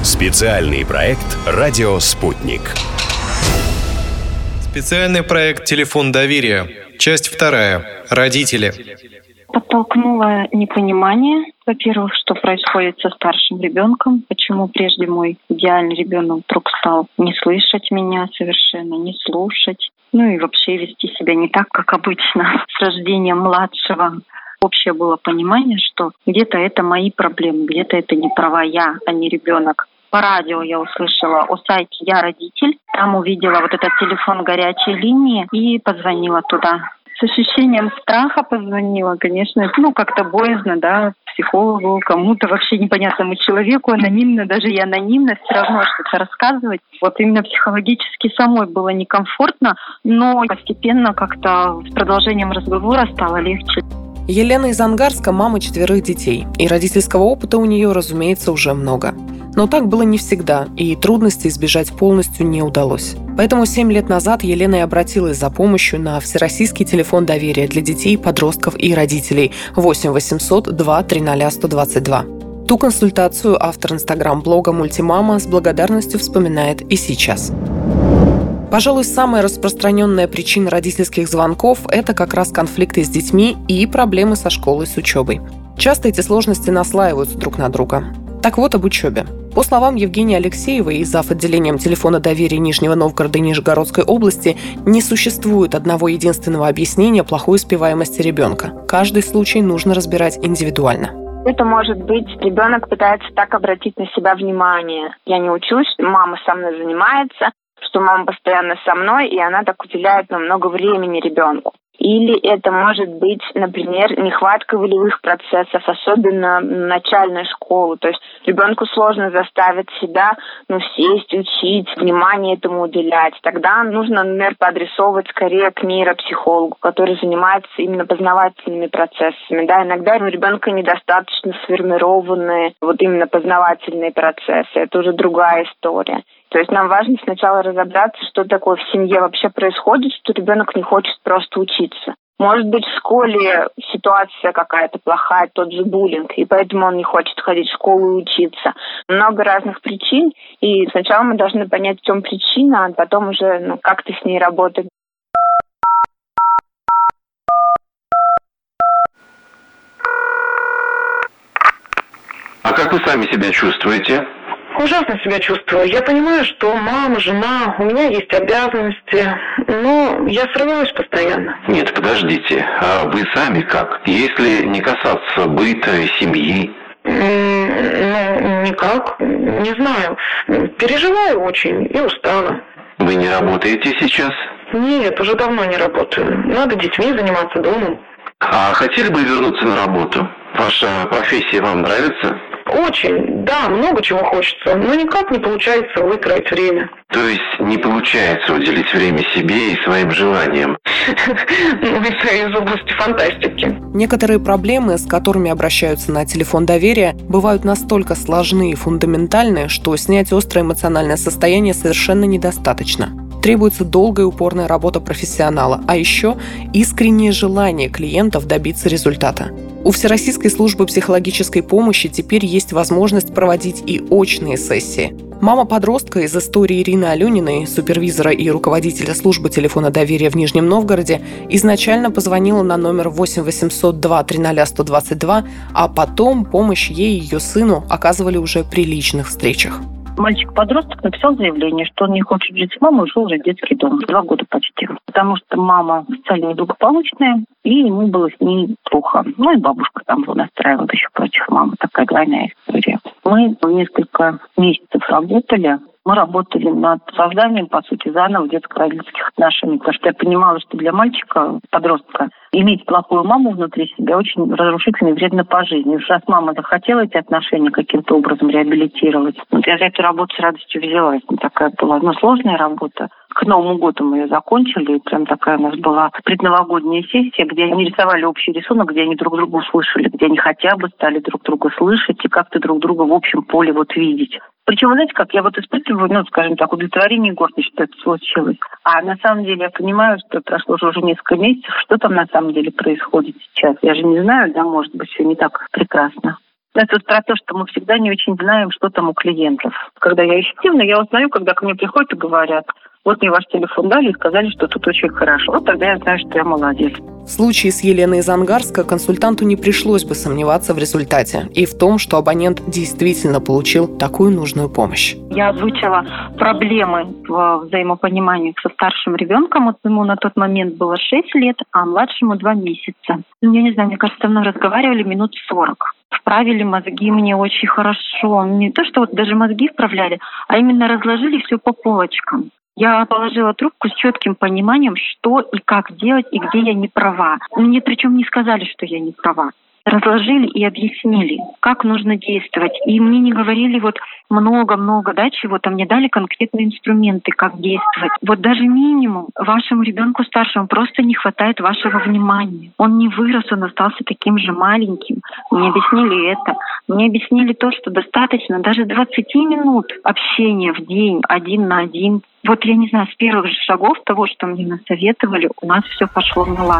Специальный проект «Радио Спутник». Специальный проект «Телефон доверия». Часть 2. Родители. Подтолкнуло непонимание, во-первых, что происходит со старшим ребенком, почему прежде мой идеальный ребенок вдруг стал не слышать меня совершенно, не слушать, и вообще вести себя не так, как обычно с рождением младшего. Общее было понимание, что где-то это мои проблемы, где-то это не права я, а не ребенок. По радио я услышала о сайте «Я родитель». Там увидела вот этот телефон горячей линии и позвонила туда. С ощущением страха позвонила, конечно. Как-то боязно, психологу, кому-то вообще непонятному человеку, анонимно, даже и анонимно, все равно что-то рассказывать. Вот именно психологически самой было некомфортно, но постепенно как-то с продолжением разговора стало легче. Елена из Ангарска – мама 4 детей, и родительского опыта у нее, разумеется, уже много. Но так было не всегда, и трудностей избежать полностью не удалось. Поэтому 7 лет назад Елена и обратилась за помощью на всероссийский телефон доверия для детей, подростков и родителей 8 800 230 122. Ту консультацию автор инстаграм-блога «Мультимама» с благодарностью вспоминает и сейчас. Пожалуй, самая распространенная причина родительских звонков – это как раз конфликты с детьми и проблемы со школой, с учебой. Часто эти сложности наслаиваются друг на друга. Так вот, об учебе. По словам Евгении Алексеевой, зав. Отделением телефона доверия Нижнего Новгорода и Нижегородской области, не существует одного единственного объяснения плохой успеваемости ребенка. Каждый случай нужно разбирать индивидуально. Это может быть, ребенок пытается так обратить на себя внимание. Я не учусь, мама со мной занимается, что мама постоянно со мной, и она так уделяет много времени ребенку. Или это может быть, например, нехватка волевых процессов, особенно начальной школы. То есть ребенку сложно заставить себя сесть, учить, внимание этому уделять. Тогда нужно, например, поадресовывать скорее к нейропсихологу, который занимается именно познавательными процессами. Иногда у ребенка недостаточно сформированные именно познавательные процессы. Это уже другая история. То есть нам важно сначала разобраться, что такое в семье вообще происходит, что ребенок не хочет просто учиться. Может быть, в школе ситуация какая-то плохая, тот же буллинг, и поэтому он не хочет ходить в школу и учиться. Много разных причин, и сначала мы должны понять, в чем причина, а потом уже как-то с ней работать. А как вы сами себя чувствуете? Ужасно себя чувствую. Я понимаю, что мама, жена, у меня есть обязанности, но я срываюсь постоянно. Нет, подождите, а вы сами как? Если не касаться быта, семьи? Никак, не знаю. Переживаю очень и устала. Вы не работаете сейчас? Нет, уже давно не работаю. Надо детьми заниматься домом. А хотели бы вернуться на работу? Ваша профессия вам нравится? Очень, да, много чего хочется, но никак не получается выкроить время. То есть не получается уделить время себе и своим желаниям? Это из области фантастики. Некоторые проблемы, с которыми обращаются на телефон доверия, бывают настолько сложны и фундаментальны, что снять острое эмоциональное состояние совершенно недостаточно. Требуется долгая и упорная работа профессионала, а еще искреннее желание клиентов добиться результата. У Всероссийской службы психологической помощи теперь есть возможность проводить и очные сессии. Мама подростка из истории Ирины Алёниной, супервизора и руководителя службы телефона доверия в Нижнем Новгороде, изначально позвонила на номер 8 800 230 122, а потом помощь ей и ее сыну оказывали уже при личных встречах. Мальчик-подросток написал заявление, что он не хочет жить с мамой, ушел жить в детский дом. 2 года почти. Потому что мама социально неблагополучная, и ему было с ней плохо. И бабушка там его настраивала еще против мамы. Такая двойная история. Мы несколько месяцев работали. Мы работали над созданием, по сути, заново детско-родительских отношений. Потому что я понимала, что для мальчика, подростка, иметь плохую маму внутри себя очень разрушительно и вредно по жизни. Уж раз мама захотела эти отношения каким-то образом реабилитировать, я за эту работу с радостью взялась. Такая была сложная работа. К Новому году мы ее закончили, и прям такая у нас была предновогодняя сессия, где они рисовали общий рисунок, где они друг друга услышали, где они хотя бы стали друг друга слышать и как-то друг друга в общем поле видеть. Причем, знаете, как я испытываю, скажем так, удовлетворение и гордость, что это случилось. А на самом деле я понимаю, что прошло уже несколько месяцев, что там на самом деле происходит сейчас. Я же не знаю, может быть, все не так прекрасно. Это про то, что мы всегда не очень знаем, что там у клиентов. Когда я эффективна, я узнаю, когда ко мне приходят и говорят: вот мне ваш телефон дали и сказали, что тут очень хорошо. Вот тогда я знаю, что я молодец. В случае с Еленой из Ангарска консультанту не пришлось бы сомневаться в результате и в том, что абонент действительно получил такую нужную помощь. Я озвучила проблемы в взаимопонимании со старшим ребенком. Вот ему на тот момент было 6 лет, а младшему 2 месяца. Я не знаю, мне кажется, со мной разговаривали минут 40. Вправили мозги мне очень хорошо. Не то, что вот даже мозги вправляли, а именно разложили все по полочкам. Я положила трубку с четким пониманием, что и как делать, и где я не права. Мне причем не сказали, что я не права. Разложили и объяснили, как нужно действовать. И мне не говорили вот много-много, чего-то. Мне дали конкретные инструменты, как действовать. Вот даже минимум вашему ребенку старшему просто не хватает вашего внимания. Он не вырос, он остался таким же маленьким. Мне объяснили это. Мне объяснили то, что достаточно даже 20 минут общения в день 1 на 1. Вот я не знаю, с первых же шагов того, что мне насоветовали, у нас все пошло на лад.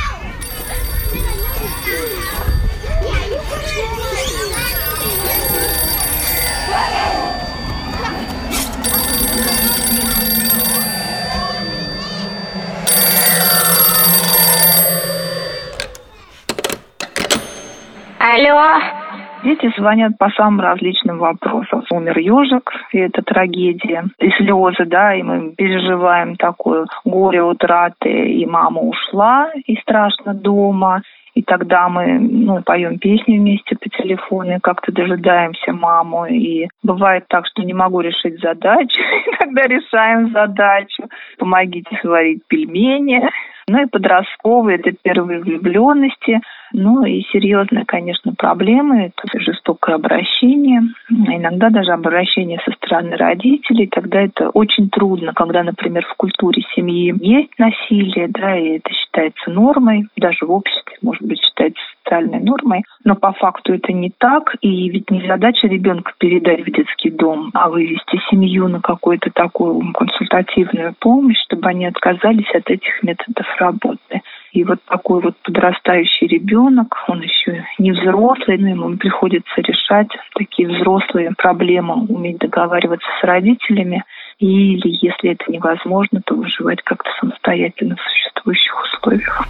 Алло. Дети звонят по самым различным вопросам. Умер ежик, и это трагедия. И слезы, и мы переживаем такое горе утраты, и мама ушла, и страшно дома. И тогда мы поем песни вместе по телефону, и как-то дожидаемся маму. И бывает так, что не могу решить задачу, и тогда решаем задачу. Помогите сварить пельмени. И подростковые, это первые влюбленности. И серьезные, конечно, проблемы. Это жестокое обращение. Иногда даже обращение со стороны родителей. Тогда это очень трудно, когда, например, в культуре семьи есть насилие, и это считается нормой. Даже в обществе, может быть, считается социальной нормой. Но по факту это не так. И ведь не задача ребенка передать в детский дом, а вывести семью на какую-то такую консультативную помощь, чтобы они отказались от этих методов работы. И вот такой вот подрастающий ребенок, он еще не взрослый, но ему приходится решать такие взрослые проблемы, уметь договариваться с родителями, или, если это невозможно, то выживать как-то самостоятельно в существующих условиях.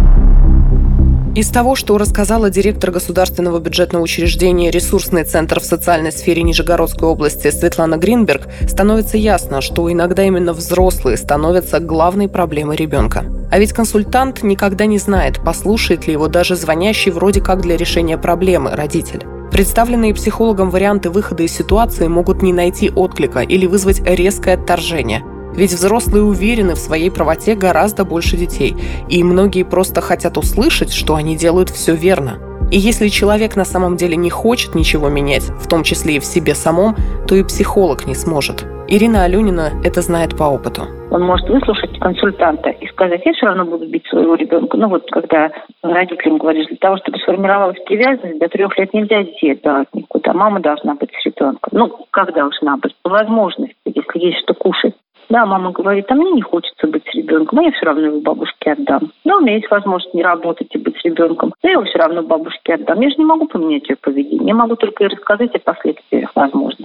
Из того, что рассказала директор государственного бюджетного учреждения «Ресурсный центр в социальной сфере Нижегородской области» Светлана Гринберг, становится ясно, что иногда именно взрослые становятся главной проблемой ребенка. А ведь консультант никогда не знает, послушает ли его даже звонящий вроде как для решения проблемы родитель. Представленные психологом варианты выхода из ситуации могут не найти отклика или вызвать резкое отторжение. Ведь взрослые уверены в своей правоте гораздо больше детей, и многие просто хотят услышать, что они делают все верно. И если человек на самом деле не хочет ничего менять, в том числе и в себе самом, то и психолог не сможет. Ирина Алюнина это знает по опыту. Он может выслушать консультанта и сказать: я все равно буду бить своего ребенка. Когда родителям говоришь, для того, чтобы сформировалась привязанность, до 3 лет нельзя детей отдавать никуда. Мама должна быть с ребенком. Как должна быть? По возможности, если есть что кушать. Да, мама говорит: а мне не хочется быть с ребенком, а я все равно его бабушке отдам. Но у меня есть возможность не работать и быть с ребенком, но я его все равно бабушке отдам. Я же не могу поменять ее поведение, я могу только рассказать о последствиях, возможно.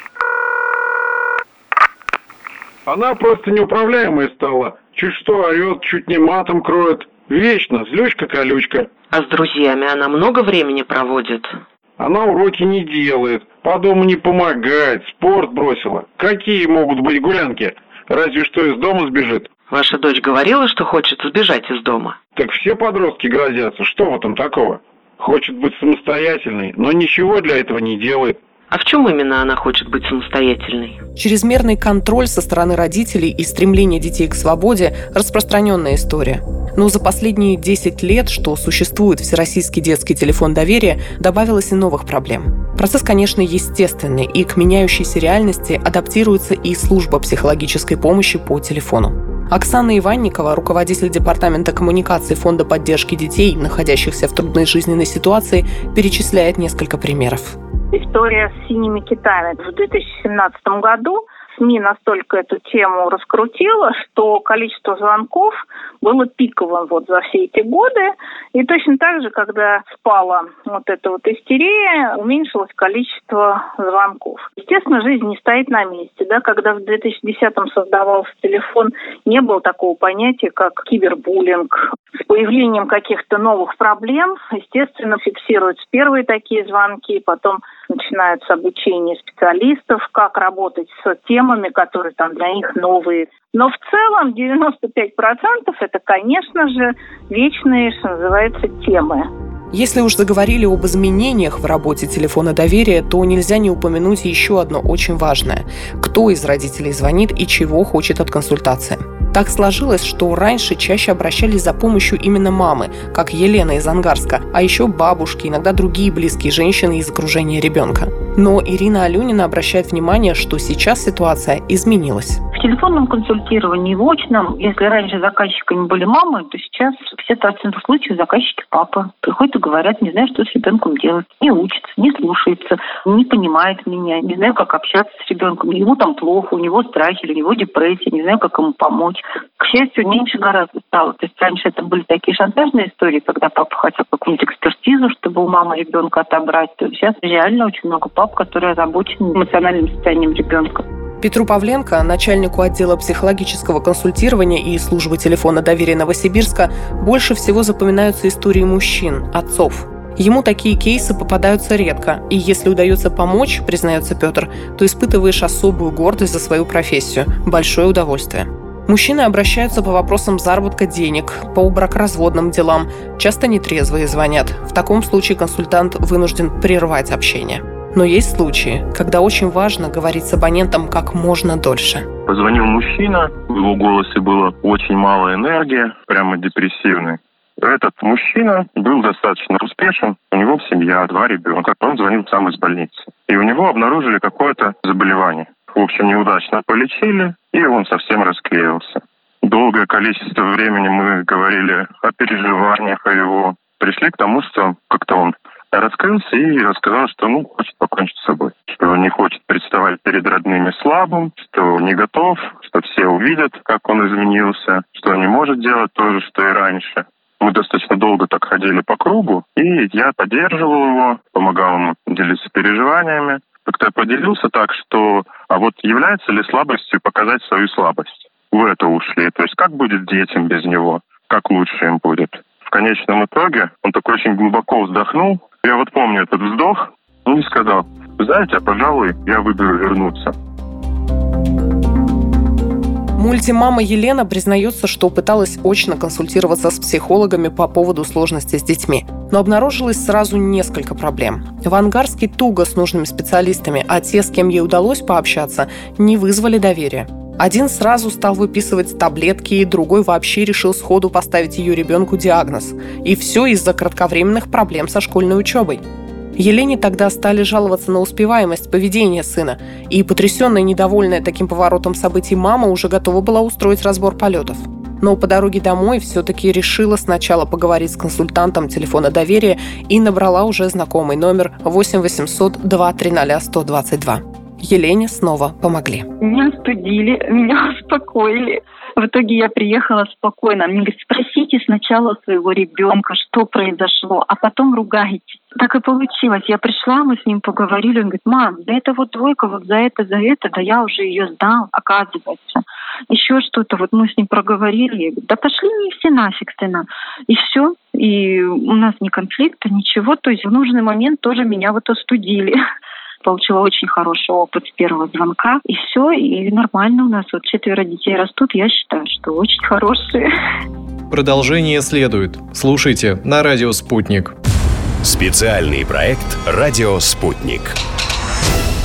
Она просто неуправляемая стала. Чуть что орет, чуть не матом кроет. Вечно, злючка-колючка. А с друзьями она много времени проводит? Она уроки не делает, по дому не помогает, спорт бросила. Какие могут быть гулянки? Разве что из дома сбежит. Ваша дочь говорила, что хочет сбежать из дома? Так все подростки грозятся. Что в этом такого? Хочет быть самостоятельной, но ничего для этого не делает. А в чем именно она хочет быть самостоятельной? Чрезмерный контроль со стороны родителей и стремление детей к свободе – распространенная история. Но за последние 10 лет, что существует Всероссийский детский телефон доверия, добавилось и новых проблем. Процесс, конечно, естественный, и к меняющейся реальности адаптируется и служба психологической помощи по телефону. Оксана Иванникова, руководитель департамента коммуникации Фонда поддержки детей, находящихся в трудной жизненной ситуации, перечисляет несколько примеров. История с синими китами. В 2017 году СМИ настолько эту тему раскрутило, что количество звонков было пиковым вот за все эти годы. И точно так же, когда спала вот эта вот истерия, уменьшилось количество звонков. Естественно, жизнь не стоит на месте. Да? Когда в 2010-м создавался телефон, не было такого понятия, как кибербуллинг. С появлением каких-то новых проблем, естественно, фиксируются первые такие звонки, потом начинается обучение специалистов, как работать с темами, которые там для них новые. Но в целом 95% это, конечно же, вечные, что называется, темы. Если уж заговорили об изменениях в работе телефона доверия, то нельзя не упомянуть еще одно очень важное. Кто из родителей звонит и чего хочет от консультации. Так сложилось, что раньше чаще обращались за помощью именно мамы, как Елена из Ангарска, а еще бабушки, иногда другие близкие женщины из окружения ребенка. Но Ирина Алюнина обращает внимание, что сейчас ситуация изменилась. В телефонном консультировании, в очном, если раньше заказчиками были мамы, то сейчас в 50% случаев заказчики папы. Приходят и говорят, не знаю, что с ребенком делать. Не учится, не слушается, не понимает меня, не знаю, как общаться с ребенком. Ему там плохо, у него страхи, у него депрессия, не знаю, как ему помочь. К счастью, меньше гораздо стало. То есть раньше это были такие шантажные истории, когда папа хотел какую-нибудь экспертизу, чтобы у мамы ребенка отобрать. То сейчас реально очень много пап, которые озабочены эмоциональным состоянием ребенка. Петру Павленко, начальнику отдела психологического консультирования и службы телефона доверия Новосибирска, больше всего запоминаются истории мужчин, отцов. Ему такие кейсы попадаются редко, и если удается помочь, признается Петр, то испытываешь особую гордость за свою профессию, большое удовольствие. Мужчины обращаются по вопросам заработка денег, по бракоразводным делам, часто нетрезвые звонят. В таком случае консультант вынужден прервать общение. Но есть случаи, когда очень важно говорить с абонентом как можно дольше. Позвонил мужчина, в его голосе было очень мало энергии, прямо депрессивный. Этот мужчина был достаточно успешен, у него семья, 2 ребенка, он звонил сам из больницы. И у него обнаружили какое-то заболевание. В общем, неудачно полечили, и он совсем расклеился. Долгое количество времени мы говорили о переживаниях, о его. Пришли к тому, что как-то он раскрылся и рассказал, что хочет покончить с собой. Что не хочет представать перед родными слабым, что не готов, что все увидят, как он изменился, что не может делать то же, что и раньше. Мы достаточно долго так ходили по кругу, и я поддерживал его, помогал ему делиться переживаниями. Как-то я поделился так, что вот является ли слабостью показать свою слабость? В это ушли. То есть как будет детям без него? Как лучше им будет? В конечном итоге он такой очень глубоко вздохнул. Я помню этот вздох, и сказал: знаете, пожалуй, я выберу вернуться. Мультимама Елена признается, что пыталась очно консультироваться с психологами по поводу сложностей с детьми. Но обнаружилось сразу несколько проблем. В Ангарске туго с нужными специалистами, а те, с кем ей удалось пообщаться, не вызвали доверия. Один сразу стал выписывать таблетки, и другой вообще решил сходу поставить ее ребенку диагноз. И все из-за кратковременных проблем со школьной учебой. Елене тогда стали жаловаться на успеваемость поведения сына, и потрясенная и недовольная таким поворотом событий мама уже готова была устроить разбор полетов. Но по дороге домой все-таки решила сначала поговорить с консультантом телефона доверия и набрала уже знакомый номер 8 800 230 122. Елене снова помогли. Меня остудили, меня успокоили. В итоге я приехала спокойно. Мне говорят: спросите сначала своего ребенка, что произошло, а потом ругайтесь. Так и получилось. Я пришла, мы с ним поговорили. Он говорит: мам, да это 2, за это, да я уже ее сдал, оказывается. Еще что-то, мы с ним проговорили. Я говорю: да пошли не все нафиг, сына. И все. И у нас ни конфликта, ничего. То есть в нужный момент тоже меня остудили. Получила очень хороший опыт с первого звонка. И все, и нормально у нас. 4 детей растут. Я считаю, что очень хорошие. Продолжение следует. Слушайте на радио «Спутник». Специальный проект «Радио Спутник».